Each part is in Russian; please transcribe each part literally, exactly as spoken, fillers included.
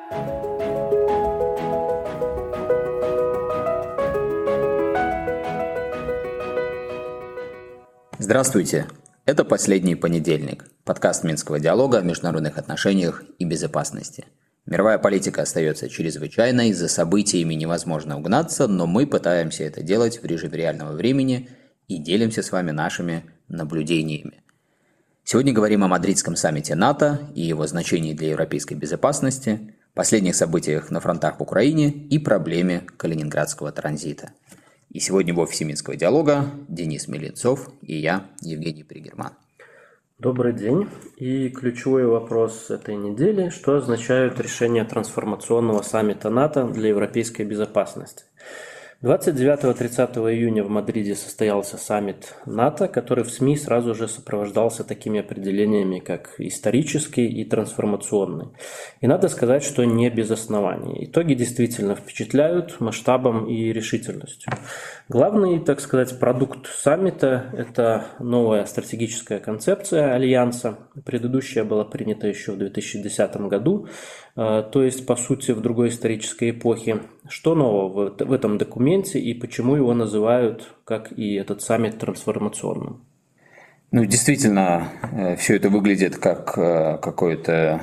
Здравствуйте! Это «Последний понедельник» – подкаст Минского диалога о международных отношениях и безопасности. Мировая политика остается чрезвычайной, за событиями невозможно угнаться, но мы пытаемся это делать в режиме реального времени и делимся с вами нашими наблюдениями. Сегодня говорим о мадридском саммите НАТО и его значении для европейской безопасности, последних событиях на фронтах в Украине и проблеме калининградского транзита. И сегодня в офисе Минского диалога Денис Меленцов и я, Евгений Пригерман. Добрый день. И ключевой вопрос этой недели: что означают решения трансформационного саммита НАТО для европейской безопасности? двадцать девятого-тридцатого июня в Мадриде состоялся саммит НАТО, который в СМИ сразу же сопровождался такими определениями, как исторический и трансформационный. И надо сказать, что не без оснований. Итоги действительно впечатляют масштабом и решительностью. Главный, так сказать, продукт саммита – это новая стратегическая концепция Альянса. Предыдущая была принята еще в две тысячи десятом году, то есть, по сути, в другой исторической эпохе. Что нового в этом документе и почему его называют, как и этот саммит, трансформационным? Ну, действительно, все это выглядит как какое-то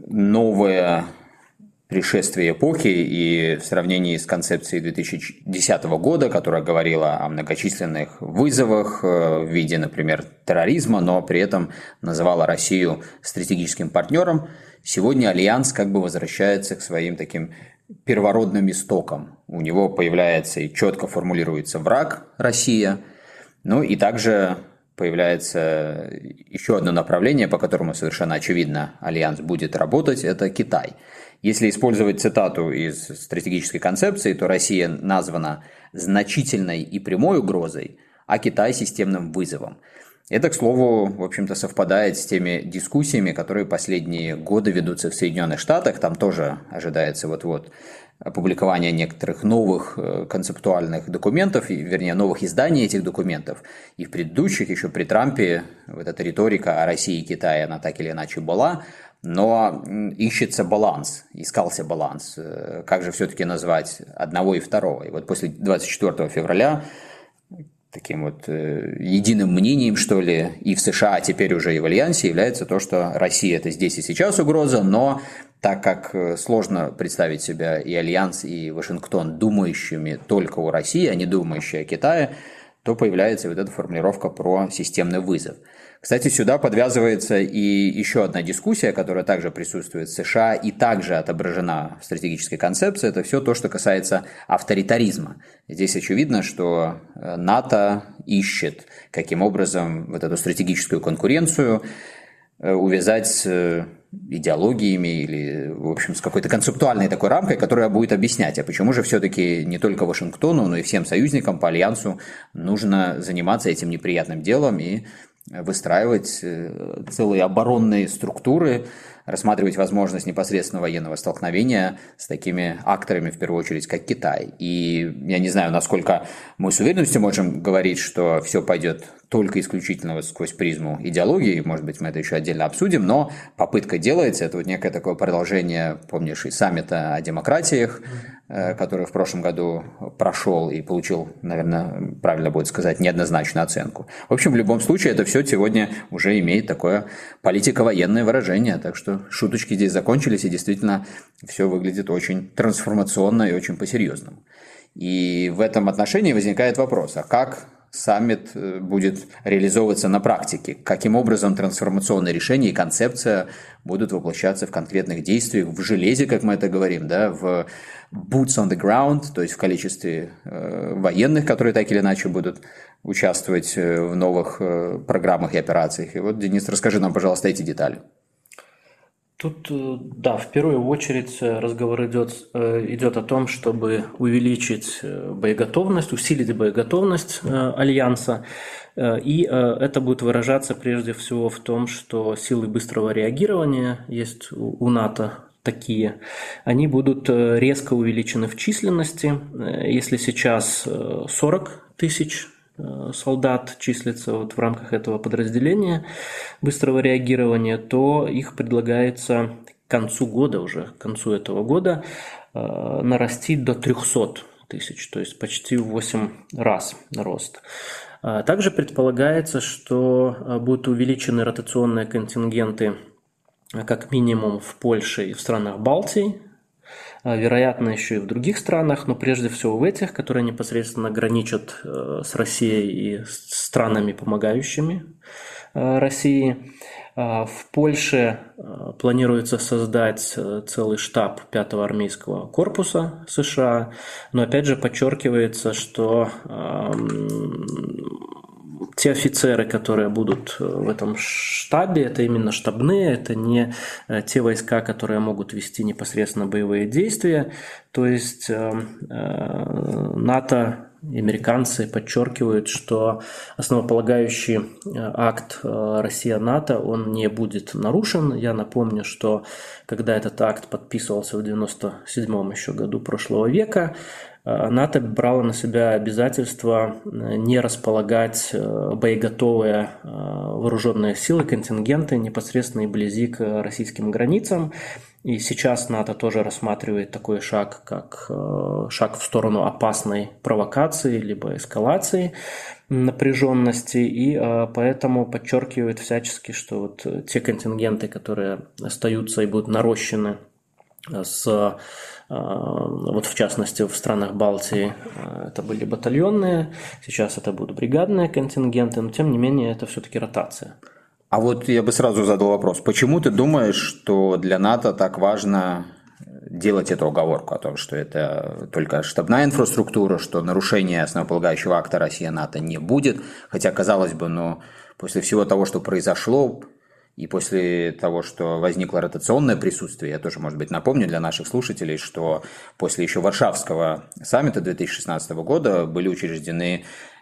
новое пришествие эпохи, и в сравнении с концепцией две тысячи десятого года, которая говорила о многочисленных вызовах в виде, например, терроризма, но при этом называла Россию стратегическим партнером, сегодня Альянс как бы возвращается к своим таким первородным истокам. У него появляется и четко формулируется враг Россия, ну и также появляется еще одно направление, по которому совершенно очевидно Альянс будет работать, это Китай. Если использовать цитату из стратегической концепции, то Россия названа значительной и прямой угрозой, а Китай – системным вызовом. Это, к слову, в общем-то, совпадает с теми дискуссиями, которые последние годы ведутся в Соединенных Штатах. Там тоже ожидается вот-вот опубликование некоторых новых концептуальных документов, вернее, новых изданий этих документов. И в предыдущих, еще при Трампе, вот эта риторика о России и Китае, она так или иначе была. Но ищется баланс, искался баланс. Как же все-таки назвать одного и второго? И вот после двадцать четвёртого февраля таким вот единым мнением, что ли, и в США, а теперь уже и в Альянсе является то, что Россия – это здесь и сейчас угроза, но так как сложно представить себя и Альянс, и Вашингтон думающими только о России, а не думающими о Китае, то появляется вот эта формулировка про системный вызов. Кстати, сюда подвязывается и еще одна дискуссия, которая также присутствует в США и также отображена в стратегической концепции. Это все то, что касается авторитаризма. Здесь очевидно, что НАТО ищет, каким образом вот эту стратегическую конкуренцию увязать с идеологиями или, в общем, с какой-то концептуальной такой рамкой, которая будет объяснять, а почему же все-таки не только Вашингтону, но и всем союзникам по Альянсу нужно заниматься этим неприятным делом и выстраивать целые оборонные структуры, рассматривать возможность непосредственного военного столкновения с такими акторами, в первую очередь, как Китай. И я не знаю, насколько мы с уверенностью можем говорить, что все пойдет только исключительно сквозь призму идеологии, может быть, мы это еще отдельно обсудим, но попытка делается, это вот некое такое продолжение, помнишь, и саммита о демократиях, который в прошлом году прошел и получил, наверное, правильно будет сказать, неоднозначную оценку. В общем, в любом случае, это все сегодня уже имеет такое политико-военное выражение, так что шуточки здесь закончились, и действительно все выглядит очень трансформационно и очень по-серьезному. И в этом отношении возникает вопрос, а как саммит будет реализовываться на практике? Каким образом трансформационные решения и концепция будут воплощаться в конкретных действиях, в железе, как мы это говорим, да, в boots on the ground, то есть в количестве э, военных, которые так или иначе будут участвовать в новых э, программах и операциях. И вот, Денис, расскажи нам, пожалуйста, эти детали. Тут, да, в первую очередь разговор идет, идет о том, чтобы увеличить боеготовность, усилить боеготовность Альянса. И это будет выражаться прежде всего в том, что силы быстрого реагирования есть у НАТО такие, они будут резко увеличены в численности. Если сейчас сорок тысяч солдат числится вот в рамках этого подразделения быстрого реагирования, то их предлагается концу года, уже к концу этого года, нарастить до трехсот тысяч, то есть почти в восемь раз рост. Также предполагается, что будут увеличены ротационные контингенты как минимум в Польше и в странах Балтии, вероятно, еще и в других странах, но прежде всего в этих, которые непосредственно граничат с Россией и странами, помогающими России. В Польше планируется создать целый штаб пятого армейского корпуса США, но опять же подчеркивается, что те офицеры, которые будут в этом штабе, это именно штабные, это не те войска, которые могут вести непосредственно боевые действия. То есть НАТО и американцы подчеркивают, что основополагающий акт Россия-НАТО, он не будет нарушен. Я напомню, что когда этот акт подписывался в девяносто седьмом еще году прошлого века, НАТО брало на себя обязательство не располагать боеготовые вооруженные силы, контингенты непосредственно и вблизи к российским границам. И сейчас НАТО тоже рассматривает такой шаг, как шаг в сторону опасной провокации либо эскалации напряженности, и поэтому подчеркивает всячески, что вот те контингенты, которые остаются и будут нарощены с, вот в частности в странах Балтии, это были батальонные, сейчас это будут бригадные контингенты, но тем не менее это все-таки ротация. А вот я бы сразу задал вопрос, почему ты думаешь, что для НАТО так важно делать эту оговорку о том, что это только штабная инфраструктура, что нарушения основополагающего акта Россия-НАТО не будет, хотя, казалось бы, но после всего того, что произошло, и после того, что возникло ротационное присутствие, я тоже, может быть, напомню для наших слушателей, что после еще Варшавского саммита две тысячи шестнадцатого года были учреждены,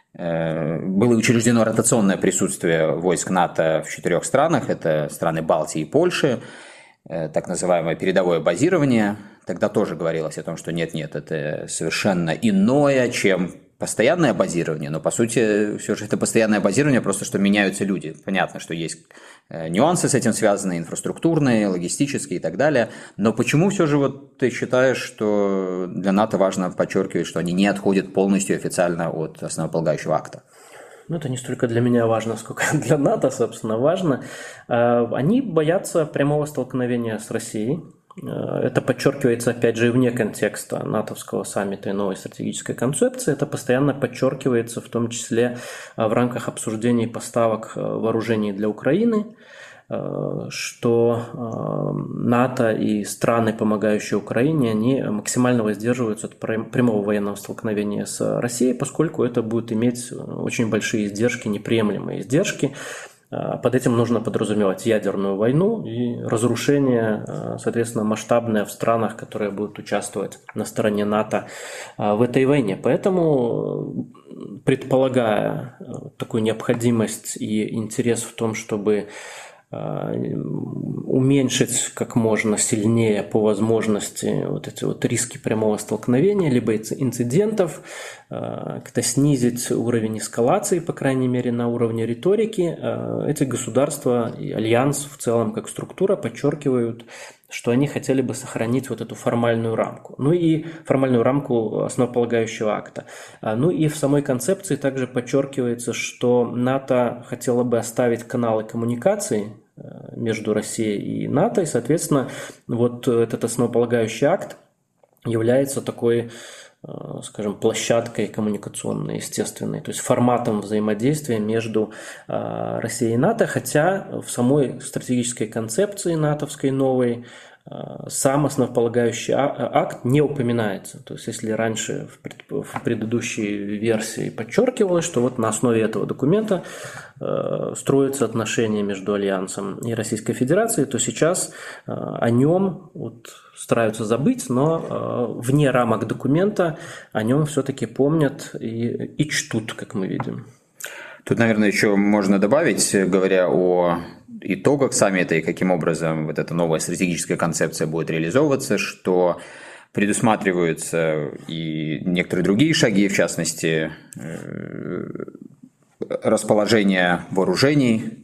э, было учреждено ротационное присутствие войск НАТО в четырех странах, это страны Балтии и Польши, э, так называемое передовое базирование. Тогда тоже говорилось о том, что нет-нет, это совершенно иное, чем постоянное базирование, но по сути все же это постоянное базирование, просто что меняются люди. Понятно, что есть нюансы с этим связаны, инфраструктурные, логистические и так далее, но почему все же вот ты считаешь, что для НАТО важно подчеркивать, что они не отходят полностью официально от основополагающего акта? Ну, это не столько для меня важно, сколько для НАТО, собственно, важно. Они боятся прямого столкновения с Россией. Это подчеркивается, опять же, и вне контекста натовского саммита и новой стратегической концепции. Это постоянно подчеркивается, в том числе в рамках обсуждений поставок вооружений для Украины, что НАТО и страны, помогающие Украине, они максимально воздерживаются от прямого военного столкновения с Россией, поскольку это будет иметь очень большие издержки, неприемлемые издержки. Под этим нужно подразумевать ядерную войну и разрушение, соответственно, масштабное в странах, которые будут участвовать на стороне НАТО в этой войне. Поэтому, предполагая такую необходимость и интерес в том, чтобы уменьшить как можно сильнее по возможности вот эти вот риски прямого столкновения, либо инцидентов, как-то снизить уровень эскалации, по крайней мере, на уровне риторики, эти государства и альянс в целом как структура подчеркивают, что они хотели бы сохранить вот эту формальную рамку. Ну и формальную рамку основополагающего акта. Ну и в самой концепции также подчеркивается, что НАТО хотело бы оставить каналы коммуникации между Россией и НАТО, и, соответственно, вот этот основополагающий акт является такой, скажем, площадкой коммуникационной, естественной, то есть форматом взаимодействия между Россией и НАТО, хотя в самой стратегической концепции натовской новой сам основополагающий акт не упоминается. То есть, если раньше в предыдущей версии подчеркивалось, что вот на основе этого документа строятся отношения между Альянсом и Российской Федерацией, то сейчас о нем вот стараются забыть, но вне рамок документа о нем все-таки помнят и, и чтут, как мы видим. Тут, наверное, еще можно добавить, говоря о итогах саммита и каким образом вот эта новая стратегическая концепция будет реализовываться, что предусматриваются и некоторые другие шаги, в частности, расположение вооружений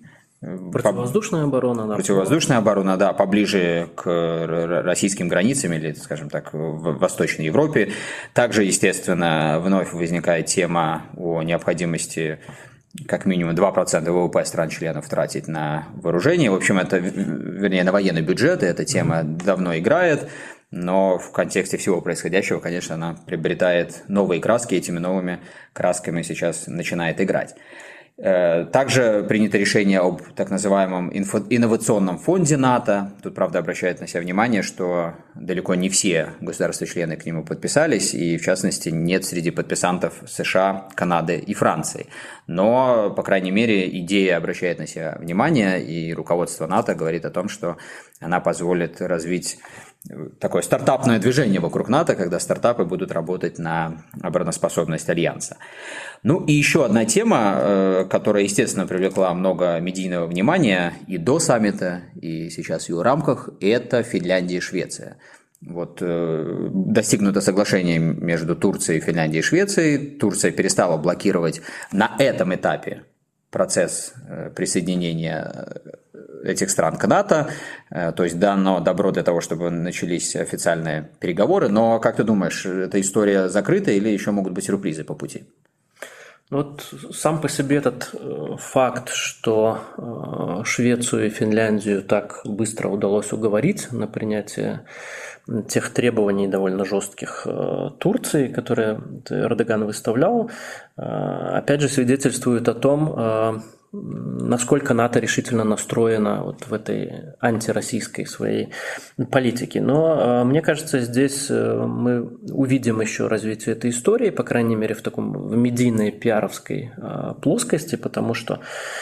Противовоздушная оборона, да. Противовоздушная оборона, да, поближе к российским границам или, скажем так, в Восточной Европе. Также, естественно, вновь возникает тема о необходимости как минимум два процента ВВП стран-членов тратить на вооружение. В общем, это, вернее, на военный бюджет, и эта тема давно играет, но в контексте всего происходящего, конечно, она приобретает новые краски, этими новыми красками сейчас начинает играть. Также принято решение об так называемом инновационном фонде НАТО. Тут, правда, обращают на себя внимание, что далеко не все государства-члены к нему подписались, и, в частности, нет среди подписантов США, Канады и Франции. Но, по крайней мере, идея обращает на себя внимание, и руководство НАТО говорит о том, что она позволит развить такое стартапное движение вокруг НАТО, когда стартапы будут работать на обороноспособность Альянса. Ну и еще одна тема, которая, естественно, привлекла много медийного внимания и до саммита, и сейчас в его рамках, это Финляндия и Швеция. Вот достигнуто соглашение между Турцией, Финляндией и Швецией. Турция перестала блокировать на этом этапе процесс присоединения этих стран к НАТО, то есть дано добро для того, чтобы начались официальные переговоры, но как ты думаешь, эта история закрыта или еще могут быть сюрпризы по пути? Вот сам по себе этот факт, что Швецию и Финляндию так быстро удалось уговорить на принятие тех требований довольно жестких Турции, которые Эрдоган выставлял, опять же свидетельствует о том, насколько НАТО решительно настроено вот в этой антироссийской своей политике. Но мне кажется, здесь мы увидим еще развитие этой истории, по крайней мере, в таком в медийной пиаровской плоскости, потому что,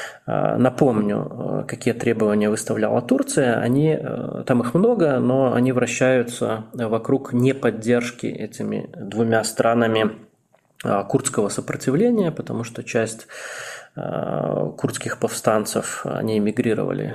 напомню, какие требования выставляла Турция, они, там их много, но они вращаются вокруг неподдержки этими двумя странами курдского сопротивления, потому что часть курдских повстанцев, они эмигрировали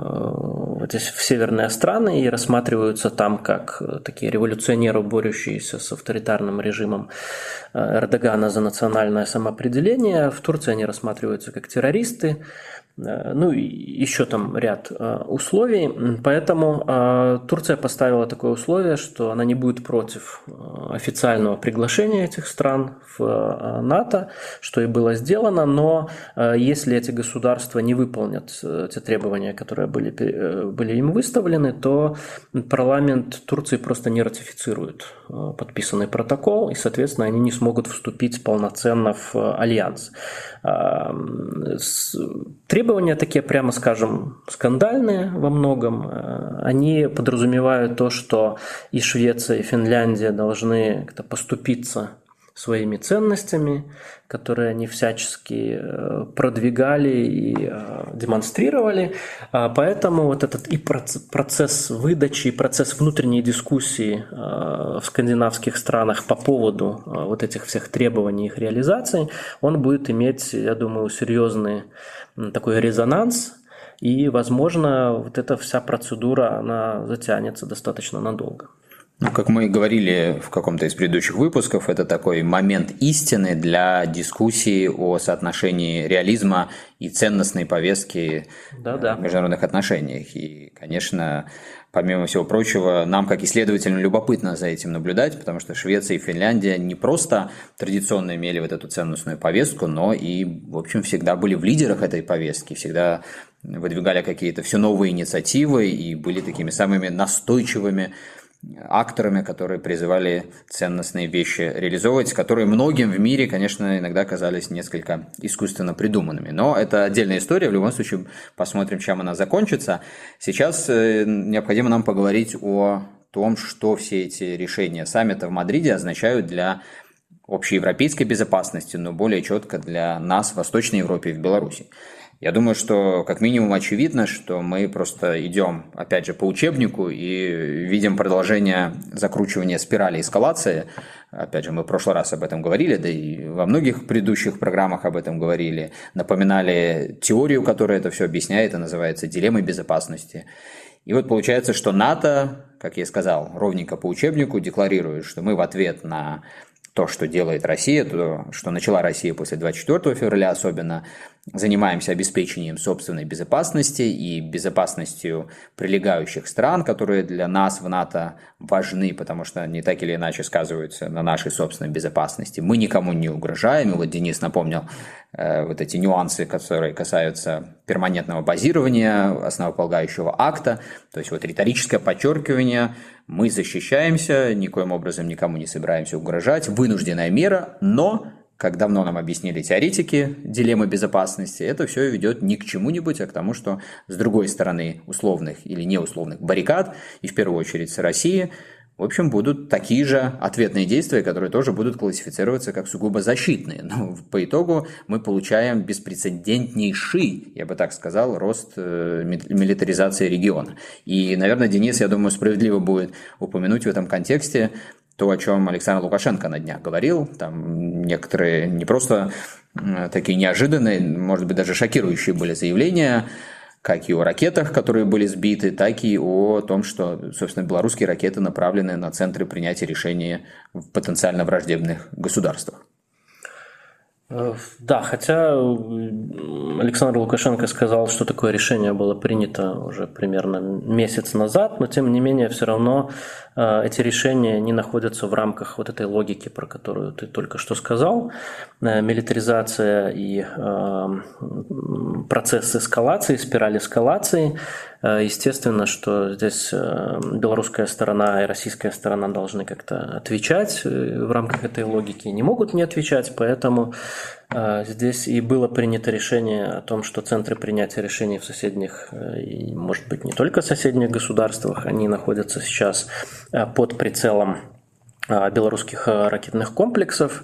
в северные страны и рассматриваются там как такие революционеры, борющиеся с авторитарным режимом Эрдогана за национальное самоопределение. В Турции они рассматриваются как террористы. Ну и еще там ряд условий, поэтому Турция поставила такое условие, что она не будет против официального приглашения этих стран в НАТО, что и было сделано, но если эти государства не выполнят те требования, которые были, были им выставлены, то парламент Турции просто не ратифицирует подписанный протокол, и, соответственно, они не смогут вступить полноценно в альянс. Требования такие, прямо скажем, скандальные во многом. Они подразумевают то, что и Швеция, и Финляндия должны как-то поступиться своими ценностями, которые они всячески продвигали и демонстрировали. Поэтому вот этот и процесс выдачи, и процесс внутренней дискуссии в скандинавских странах по поводу вот этих всех требований их реализации, он будет иметь, я думаю, серьезный такой резонанс, и, возможно, вот эта вся процедура, она затянется достаточно надолго. Ну, как мы говорили в каком-то из предыдущих выпусков, это такой момент истины для дискуссии о соотношении реализма и ценностной повестки Да-да. в международных отношениях. И, конечно, помимо всего прочего, нам, как исследователям, любопытно за этим наблюдать, потому что Швеция и Финляндия не просто традиционно имели вот эту ценностную повестку, но и, в общем, всегда были в лидерах этой повестки, всегда выдвигали какие-то все новые инициативы и были такими самыми настойчивыми акторами, которые призывали ценностные вещи реализовывать, которые многим в мире, конечно, иногда казались несколько искусственно придуманными. Но это отдельная история, в любом случае посмотрим, чем она закончится. Сейчас необходимо нам поговорить о том, что все эти решения саммита в Мадриде означают для общеевропейской безопасности, но более четко для нас в Восточной Европе и в Беларуси. Я думаю, что как минимум очевидно, что мы просто идем, опять же, по учебнику и видим продолжение закручивания спирали эскалации. Опять же, мы в прошлый раз об этом говорили, да и во многих предыдущих программах об этом говорили. Напоминали теорию, которая это все объясняет, и называется дилеммой безопасности. И вот получается, что НАТО, как я и сказал, ровненько по учебнику декларирует, что мы в ответ на то, что делает Россия, то, что начала Россия после двадцать четвёртого февраля особенно, занимаемся обеспечением собственной безопасности и безопасностью прилегающих стран, которые для нас в НАТО важны, потому что они так или иначе сказываются на нашей собственной безопасности. Мы никому не угрожаем. И вот Денис напомнил э, вот эти нюансы, которые касаются перманентного базирования, основополагающего акта. То есть вот риторическое подчеркивание: мы защищаемся, никоим образом никому не собираемся угрожать, вынужденная мера, но... Как давно нам объяснили теоретики дилеммы безопасности, это все ведет не к чему-нибудь, а к тому, что с другой стороны условных или неусловных баррикад, и в первую очередь с России, в общем, будут такие же ответные действия, которые тоже будут классифицироваться как сугубо защитные. Но по итогу мы получаем беспрецедентнейший, я бы так сказал, рост милитаризации региона. И, наверное, Денис, я думаю, справедливо будет упомянуть в этом контексте то, о чем Александр Лукашенко на днях говорил. Там некоторые не просто такие неожиданные, может быть, даже шокирующие были заявления, как и о ракетах, которые были сбиты, так и о том, что, собственно, белорусские ракеты направлены на центры принятия решений в потенциально враждебных государствах. Да, хотя Александр Лукашенко сказал, что такое решение было принято уже примерно месяц назад, но тем не менее все равно эти решения не находятся в рамках вот этой логики, про которую ты только что сказал. Милитаризация и процесс эскалации, спираль эскалации. Естественно, что здесь белорусская сторона и российская сторона должны как-то отвечать в рамках этой логики, не могут не отвечать, поэтому здесь и было принято решение о том, что центры принятия решений в соседних, и, может быть, не только соседних государствах, они находятся сейчас под прицелом белорусских ракетных комплексов.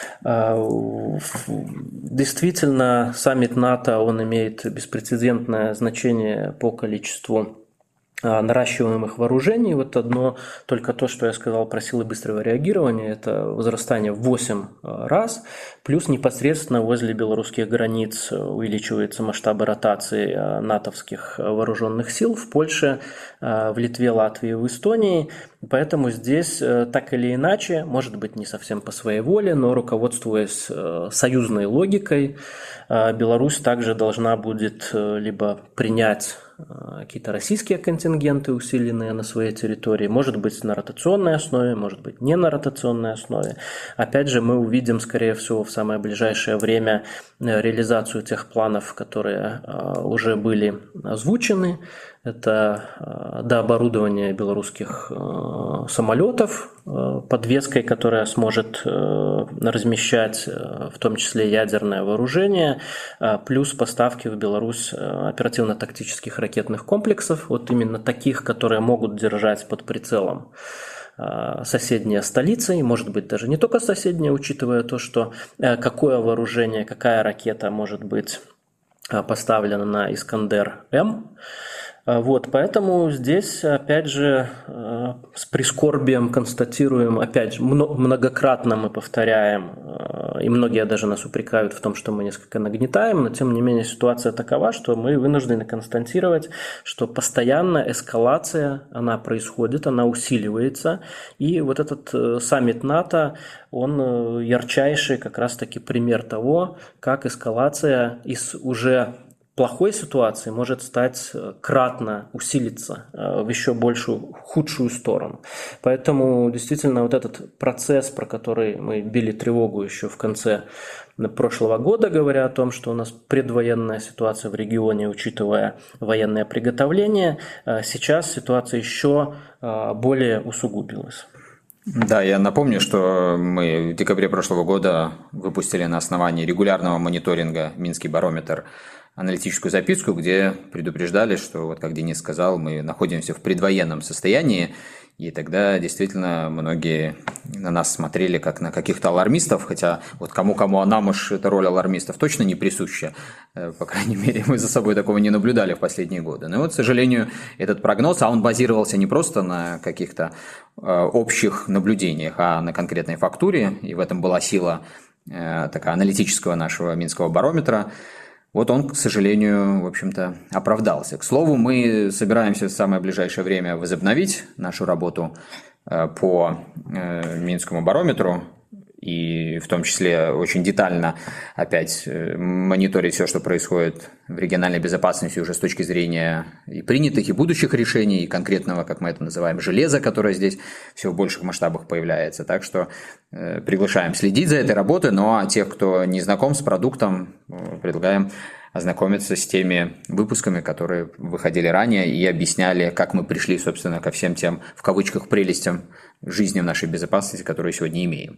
Действительно, саммит НАТО, он имеет беспрецедентное значение по количеству наращиваемых вооружений. Вот одно, только то, что я сказал про силы быстрого реагирования, это возрастание в восемь раз, плюс непосредственно возле белорусских границ увеличиваются масштабы ротации натовских вооруженных сил в Польше, в Литве, Латвии, в Эстонии. Поэтому здесь так или иначе, может быть, не совсем по своей воле, но руководствуясь союзной логикой, Беларусь также должна будет либо принять какие-то российские контингенты, усиленные на своей территории, может быть, на ротационной основе, может быть, не на ротационной основе. Опять же, мы увидим, скорее всего, в самое ближайшее время реализацию тех планов, которые уже были озвучены. Это дооборудование белорусских самолетов подвеской, которая сможет размещать в том числе ядерное вооружение, плюс поставки в Беларусь оперативно-тактических ракетных комплексов, вот именно таких, которые могут держать под прицелом соседние столицы, и, может быть, даже не только соседние, учитывая то, что какое вооружение, какая ракета может быть поставлена на Искандер-М. Вот, поэтому здесь, опять же, с прискорбием констатируем, опять же, многократно мы повторяем, и многие даже нас упрекают в том, что мы несколько нагнетаем, но тем не менее ситуация такова, что мы вынуждены констатировать, что постоянно эскалация, она происходит, она усиливается, и вот этот саммит НАТО, он ярчайший как раз-таки пример того, как эскалация из уже плохой ситуации может стать кратно, усилиться в еще большую, худшую сторону. Поэтому действительно вот этот процесс, про который мы били тревогу еще в конце прошлого года, говоря о том, что у нас предвоенная ситуация в регионе, учитывая военное приготовление, сейчас ситуация еще более усугубилась. Да, я напомню, что мы в декабре прошлого года выпустили на основании регулярного мониторинга «Минский барометр» аналитическую записку, где предупреждали, что, вот как Денис сказал, мы находимся в предвоенном состоянии, и тогда действительно многие на нас смотрели как на каких-то алармистов, хотя вот кому-кому, а нам уж эта роль алармистов точно не присуща, по крайней мере, мы за собой такого не наблюдали в последние годы. Но вот, к сожалению, этот прогноз, а он базировался не просто на каких-то общих наблюдениях, а на конкретной фактуре, и в этом была сила такая аналитического нашего Минского барометра. Вот он, к сожалению, в общем-то, оправдался. К слову, мы собираемся в самое ближайшее время возобновить нашу работу по Минскому барометру. и в том числе очень детально опять мониторить все, что происходит в региональной безопасности уже с точки зрения и принятых, и будущих решений, и конкретного, как мы это называем, железа, которое здесь все в больших масштабах появляется. Так что э, приглашаем следить за этой работой, ну а тех, кто не знаком с продуктом, э, предлагаем ознакомиться с теми выпусками, которые выходили ранее и объясняли, как мы пришли, собственно, ко всем тем, в кавычках, прелестям жизни в нашей безопасности, которую сегодня имеем.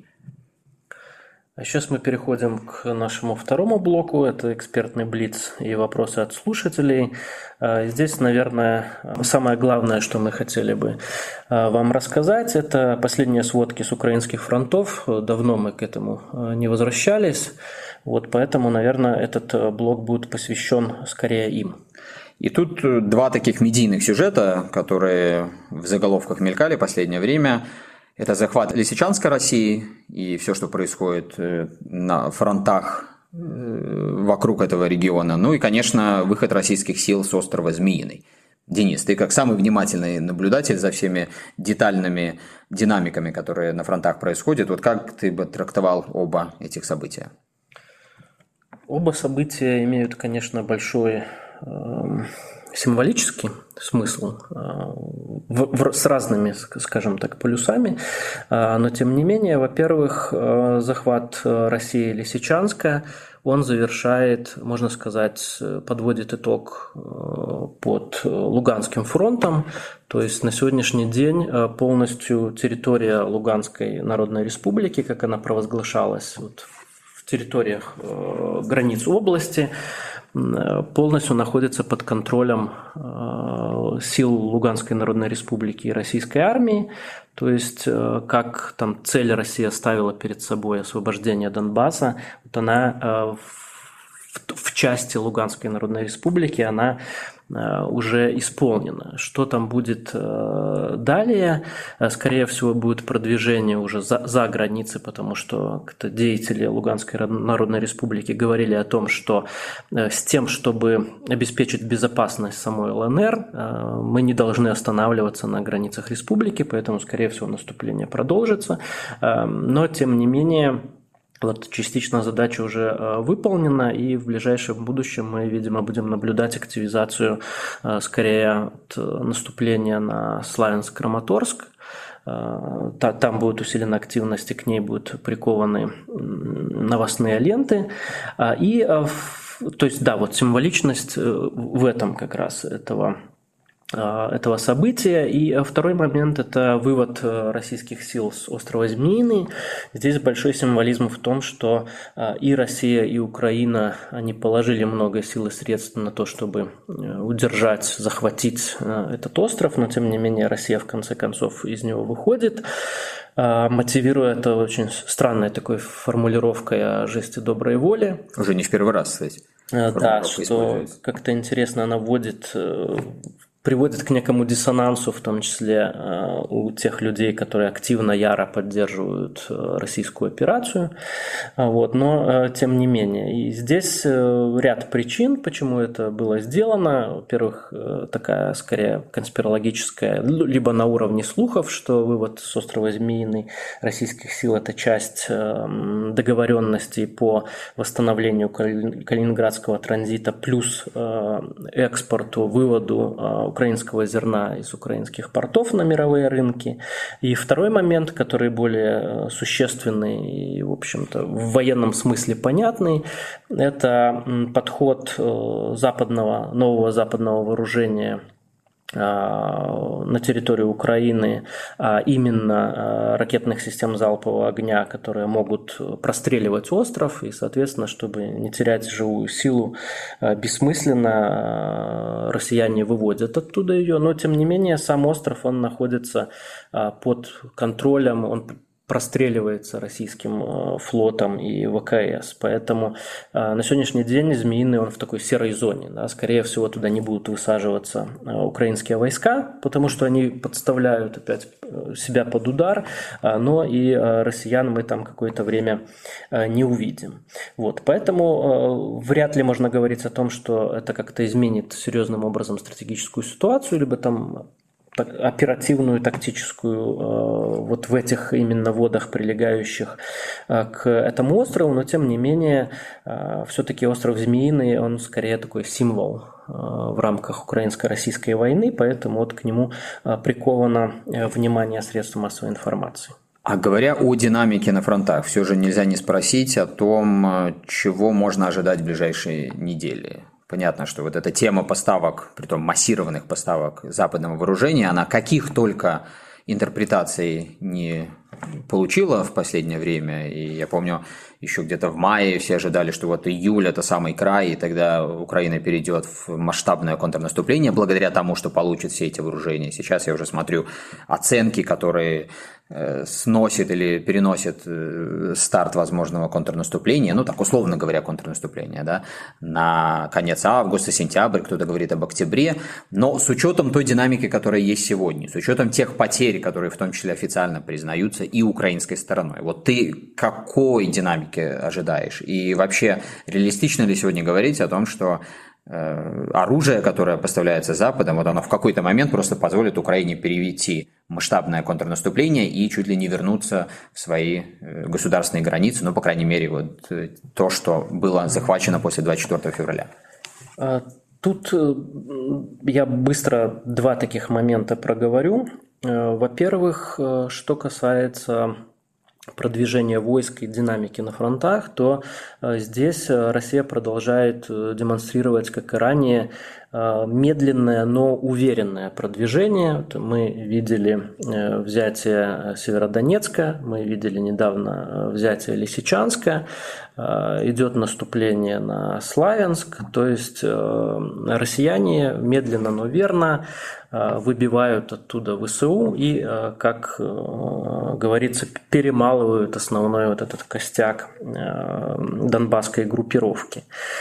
А сейчас мы переходим к нашему второму блоку. Это экспертный блиц и вопросы от слушателей. Здесь, наверное, самое главное, что мы хотели бы вам рассказать, это последние сводки с украинских фронтов. Давно мы к этому не возвращались. Вот поэтому, наверное, этот блок будет посвящен скорее им. И тут два таких медийных сюжета, которые в заголовках мелькали в последнее время. Это захват Лисичанска России и все, что происходит на фронтах вокруг этого региона. Ну и, конечно, выход российских сил с острова Змеиный. Денис, ты как самый внимательный наблюдатель за всеми детальными динамиками, которые на фронтах происходят, вот как ты бы трактовал оба этих события? Оба события имеют, конечно, большой э, символический смысл э, в, в, с разными, скажем так, полюсами, э, но тем не менее, во-первых, э, захват России Лисичанска, он завершает, можно сказать, подводит итог э, под Луганским фронтом, то есть на сегодняшний день э, полностью территория Луганской Народной Республики, как она провозглашалась, вот, в территориях э, границ области, э, полностью находится под контролем э, сил Луганской Народной Республики и российской армии. То есть, э, как там цель Россия ставила перед собой освобождение Донбасса, вот она э, в, в части Луганской Народной Республики, она уже исполнено. Что там будет далее? Скорее всего, будет продвижение уже за, за границы, потому что деятели Луганской Народной Республики говорили о том, что с тем, чтобы обеспечить безопасность самой ЛНР, мы не должны останавливаться на границах республики, поэтому, скорее всего, наступление продолжится. Но, тем не менее, вот частично задача уже выполнена, и в ближайшем будущем мы, видимо, будем наблюдать активизацию скорее наступления на Славянск-Краматорск. Там будет усилена активность, и к ней будут прикованы новостные ленты. И, то есть, да, вот символичность в этом как раз этого этого события. И второй момент – это вывод российских сил с острова Змеиный. Здесь большой символизм в том, что и Россия, и Украина, они положили много сил и средств на то, чтобы удержать, захватить этот остров, но тем не менее Россия в конце концов из него выходит, мотивируя это очень странной такой формулировкой о жесте доброй воли. Уже не в первый раз, кстати. Да, что как-то интересно наводит, приводит к некому диссонансу, в том числе у тех людей, которые активно, яро поддерживают российскую операцию. Вот. Но тем не менее. И здесь ряд причин, почему это было сделано. Во-первых, такая скорее конспирологическая, либо на уровне слухов, что вывод с острова Змеиный российских сил – это часть договоренностей по восстановлению калининградского транзита плюс экспорту, выводу украинского зерна из украинских портов на мировые рынки. И второй момент, который более существенный и, в общем-то, в военном смысле понятный, это подход западного, нового западного вооружения на территорию Украины, а именно ракетных систем залпового огня, которые могут простреливать остров, и, соответственно, чтобы не терять живую силу бессмысленно, россияне выводят оттуда ее, но, тем не менее, сам остров, он находится под контролем, он простреливается российским флотом и ВКС. Поэтому на сегодняшний день Змеиный, он в такой серой зоне. Да. Скорее всего, туда не будут высаживаться украинские войска, потому что они подставляют опять себя под удар, но и россиян мы там какое-то время не увидим. Вот. Поэтому вряд ли можно говорить о том, что это как-то изменит серьезным образом стратегическую ситуацию, либо там оперативную, тактическую вот в этих именно водах, прилегающих к этому острову, но тем не менее все-таки остров Змеиный, он скорее такой символ в рамках украинско-российской войны, поэтому вот к нему приковано внимание средств массовой информации. А говоря о динамике на фронтах, все же нельзя не спросить о том, чего можно ожидать в ближайшие недели. Понятно, что вот эта тема поставок, притом массированных поставок западного вооружения, она каких только интерпретаций не получила в последнее время. И я помню, еще где-то в мае все ожидали, что вот июль – это самый край, и тогда Украина перейдет в масштабное контрнаступление благодаря тому, что получит все эти вооружения. Сейчас я уже смотрю оценки, которые сносит или переносит старт возможного контрнаступления, ну так условно говоря, контрнаступления, да, на конец августа, сентябрь, кто-то говорит об октябре, но с учетом той динамики, которая есть сегодня, с учетом тех потерь, которые в том числе официально признаются и украинской стороной, вот ты какой динамики ожидаешь? И вообще, реалистично ли сегодня говорить о том, что оружие, которое поставляется Западом, вот оно в какой-то момент просто позволит Украине перейти масштабное контрнаступление и чуть ли не вернуться в свои государственные границы, ну, по крайней мере, вот то, что было захвачено после двадцать четвёртого февраля. Тут я быстро два таких момента проговорю. Во-первых, что касается продвижения войск и динамики на фронтах, то здесь Россия продолжает демонстрировать, как и ранее, медленное, но уверенное продвижение. Мы видели взятие Северодонецка, мы видели недавно взятие Лисичанска, идет наступление на Славянск, то есть россияне медленно, но верно выбивают оттуда ВСУ и, как говорится, перемалывают основной вот этот костяк донбасской группировки.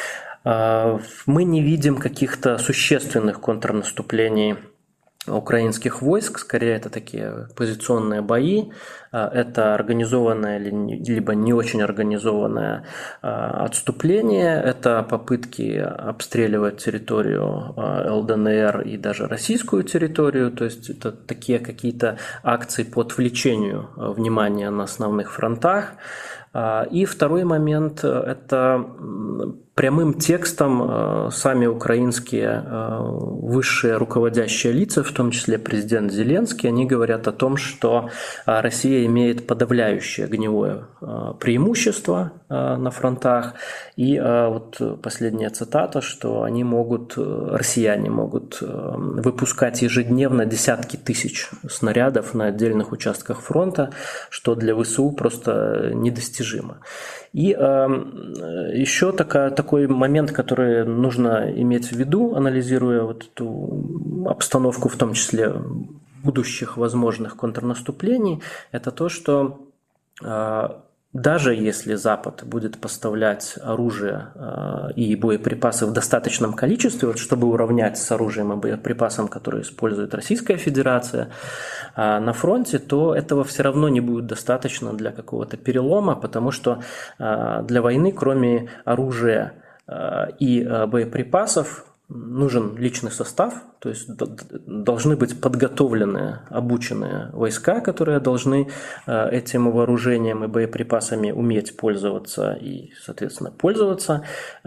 Мы не видим каких-то существенных контрнаступлений украинских войск, скорее это такие позиционные бои, это организованное либо не очень организованное отступление, это попытки обстреливать территорию ЛДНР и даже российскую территорию, то есть это такие какие-то акции по отвлечению внимания на основных фронтах. И второй момент – это прямым текстом сами украинские высшие руководящие лица, в том числе президент Зеленский, они говорят о том, что Россия имеет подавляющее огневое преимущество на фронтах. И вот последняя цитата, что они могут, россияне могут выпускать ежедневно десятки тысяч снарядов на отдельных участках фронта, что для ВСУ просто недостижимо. И э, еще такая, такой момент, который нужно иметь в виду, анализируя вот эту обстановку, в том числе будущих возможных контрнаступлений, это то, что э, даже если Запад будет поставлять оружие э, и боеприпасы в достаточном количестве, вот, чтобы уравнять с оружием и боеприпасом, которые использует Российская Федерация э, на фронте, то этого все равно не будет достаточно для какого-то перелома, потому что э, для войны, кроме оружия э, и э, боеприпасов, нужен личный состав, то есть должны быть подготовленные, обученные войска, которые должны этим вооружением и боеприпасами уметь пользоваться и, соответственно, пользоваться.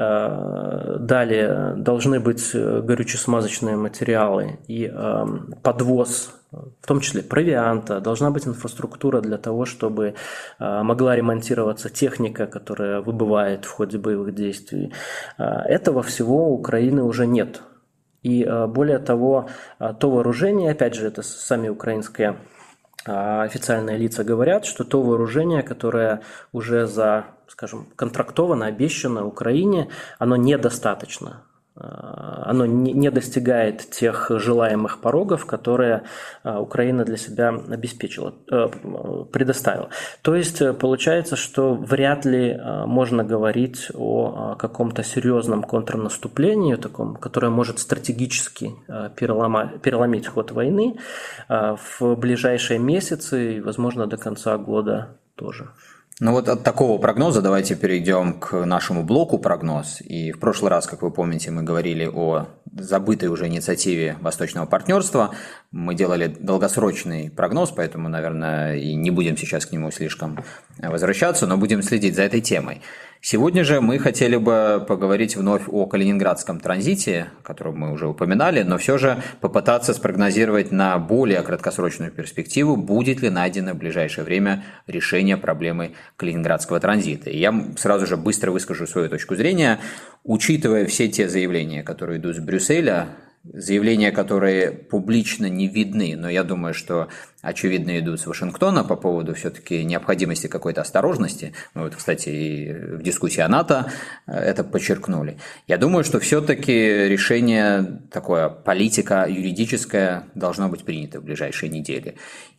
Далее должны быть горюче-смазочные материалы и подвоз, в том числе провианта, должна быть инфраструктура для того, чтобы могла ремонтироваться техника, которая выбывает в ходе боевых действий. Этого всего у Украины уже нет. И более того, то вооружение, опять же, это сами украинские официальные лица говорят, что то вооружение, которое уже за, скажем, контрактовано, обещано Украине, оно недостаточно. Оно не достигает тех желаемых порогов, которые Украина для себя обеспечила, предоставила. То есть получается, что вряд ли можно говорить о каком-то серьезном контрнаступлении, таком, которое может стратегически переломать, переломить ход войны в ближайшие месяцы и, возможно, до конца года тоже. Ну вот от такого прогноза давайте перейдем к нашему блоку «Прогноз». И в прошлый раз, как вы помните, мы говорили о забытой уже инициативе Восточного партнерства. Мы делали долгосрочный прогноз, поэтому, наверное, и не будем сейчас к нему слишком возвращаться, но будем следить за этой темой. Сегодня же мы хотели бы поговорить вновь о калининградском транзите, о котором мы уже упоминали, но все же попытаться спрогнозировать на более краткосрочную перспективу, будет ли найдено в ближайшее время решение проблемы калининградского транзита. И я сразу же быстро выскажу свою точку зрения. Учитывая все те заявления, которые идут с Брюсселя, заявления, которые публично не видны, но я думаю, что очевидно идут с Вашингтона по поводу все-таки необходимости какой-то осторожности. Мы вот, кстати, и в дискуссии о НАТО это подчеркнули. Я думаю, что все-таки решение такое, политика юридическое, должно быть принято в ближайшие недели.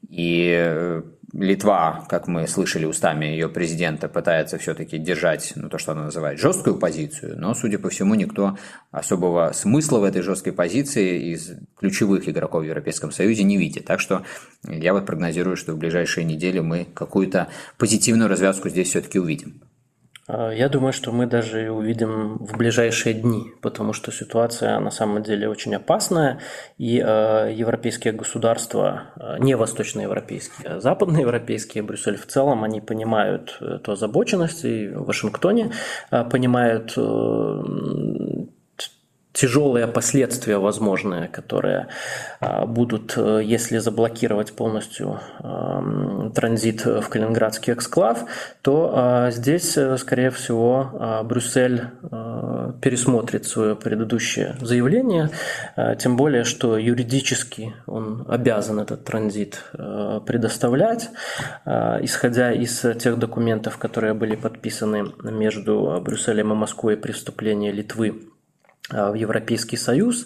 И Литва, как мы слышали устами ее президента, пытается все-таки держать, ну, то, что она называет, жесткую позицию, но, судя по всему, никто особого смысла в этой жесткой позиции из ключевых игроков в Европейском Союзе не видит. Так что я вот прогнозирую, что в ближайшие недели мы какую-то позитивную развязку здесь все-таки увидим. Я думаю, что мы даже увидим в ближайшие дни, потому что ситуация на самом деле очень опасная, и э, европейские государства, не восточноевропейские, а западноевропейские, Брюссель в целом, они понимают эту озабоченность, и в Вашингтоне э, понимают э, тяжелые последствия возможные, которые а, будут, если заблокировать полностью а, транзит в Калининградский эксклав, то а, здесь, скорее всего, а, Брюссель а, пересмотрит свое предыдущее заявление, а, тем более, что юридически он обязан этот транзит а, предоставлять, а, исходя из тех документов, которые были подписаны между Брюсселем и Москвой при вступлении Литвы в Европейский Союз,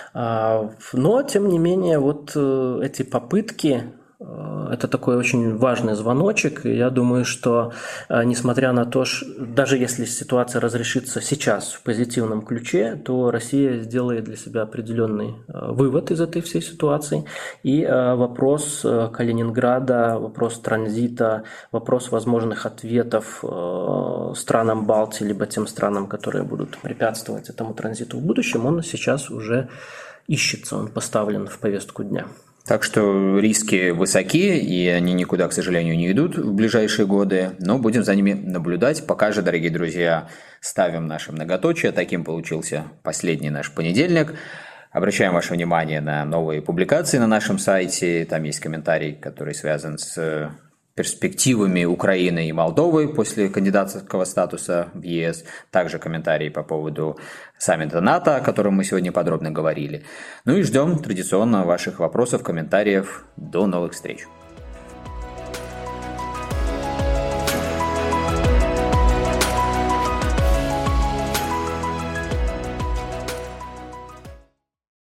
но, тем не менее, вот эти попытки, это такой очень важный звоночек, и я думаю, что, несмотря на то, что даже если ситуация разрешится сейчас в позитивном ключе, то Россия сделает для себя определенный вывод из этой всей ситуации, и вопрос Калининграда, вопрос транзита, вопрос возможных ответов странам Балтии, либо тем странам, которые будут препятствовать этому транзиту в будущем, он сейчас уже ищется, он поставлен в повестку дня. Так что риски высоки, и они никуда, к сожалению, не идут в ближайшие годы, но будем за ними наблюдать. Пока же, дорогие друзья, ставим наши многоточия. Таким получился последний наш понедельник. Обращаем ваше внимание на новые публикации на нашем сайте. Там есть комментарий, который связан с перспективами Украины и Молдовы после кандидатского статуса в ЕС. Также комментарии по поводу саммита НАТО, о котором мы сегодня подробно говорили. Ну и ждем традиционно ваших вопросов, комментариев. До новых встреч!